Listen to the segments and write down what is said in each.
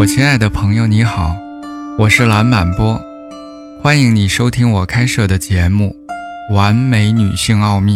我亲爱的朋友你好，我是蓝满波，欢迎你收听我开设的节目《完美女性奥秘》。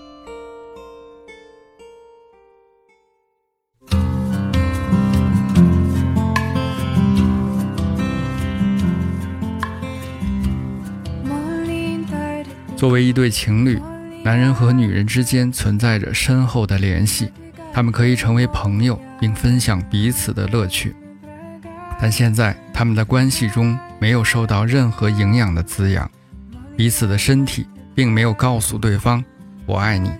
作为一对情侣，男人和女人之间存在着深厚的联系，他们可以成为朋友并分享彼此的乐趣。但现在他们的关系中没有受到任何营养的滋养，彼此的身体并没有告诉对方我爱你。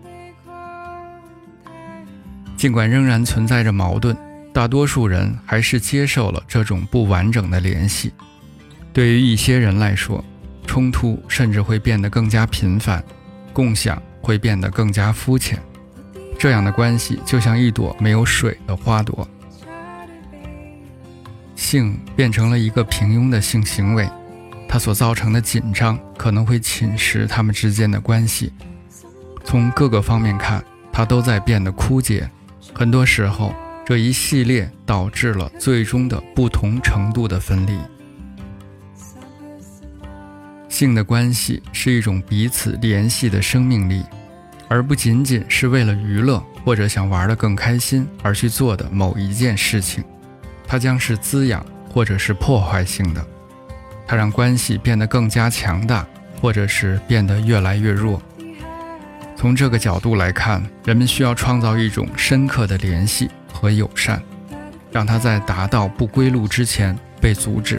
尽管仍然存在着矛盾，大多数人还是接受了这种不完整的联系。对于一些人来说，冲突甚至会变得更加频繁，共享会变得更加肤浅。这样的关系就像一朵没有水的花朵。性变成了一个平庸的性行为，它所造成的紧张可能会侵蚀他们之间的关系。从各个方面看，它都在变得枯竭。很多时候，这一系列导致了最终的不同程度的分离。性的关系是一种彼此联系的生命力，而不仅仅是为了娱乐或者想玩得更开心而去做的某一件事情。它将是滋养或者是破坏性的，它让关系变得更加强大，或者是变得越来越弱。从这个角度来看，人们需要创造一种深刻的联系和友善，让它在达到不归路之前被阻止。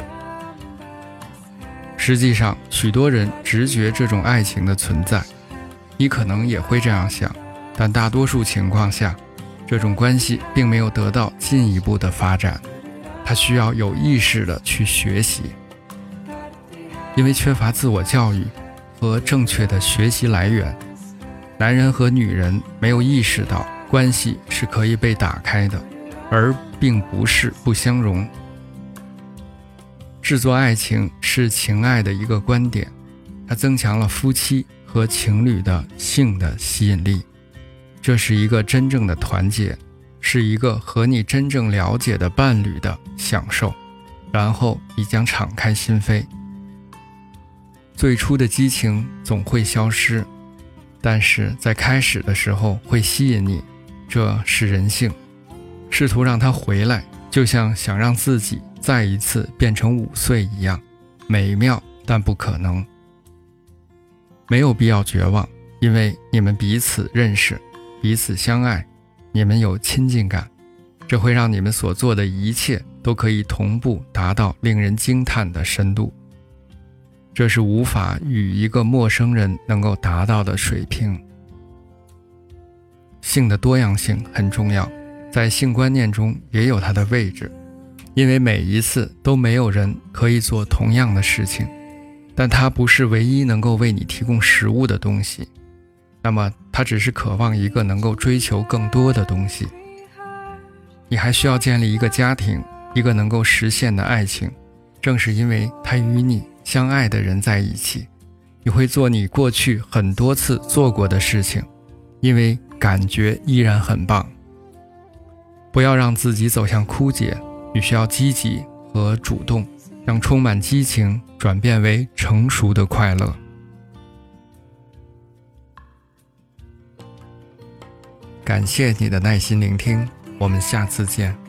实际上，许多人直觉这种爱情的存在，你可能也会这样想，但大多数情况下，这种关系并没有得到进一步的发展。它需要有意识地去学习，因为缺乏自我教育和正确的学习来源，男人和女人没有意识到关系是可以被打开的，而并不是不相容。制作爱情是情爱的一个观点，它增强了夫妻和情侣的性的吸引力。这是一个真正的团结，是一个和你真正了解的伴侣的享受，然后你将敞开心扉。最初的激情总会消失，但是在开始的时候会吸引你，这是人性。试图让它回来，就像想让自己再一次变成5岁一样，美妙但不可能。没有必要绝望，因为你们彼此认识，彼此相爱，你们有亲近感，这会让你们所做的一切都可以同步达到令人惊叹的深度。这是无法与一个陌生人能够达到的水平。性的多样性很重要，在性观念中也有它的位置，因为每一次都没有人可以做同样的事情，但它不是唯一能够为你提供食物的东西。那么他只是渴望一个能够追求更多的东西。你还需要建立一个家庭，一个能够实现的爱情。正是因为他与你相爱的人在一起，你会做你过去很多次做过的事情，因为感觉依然很棒。不要让自己走向枯竭，你需要积极和主动，让充满激情转变为成熟的快乐。感谢你的耐心聆听，我们下次见。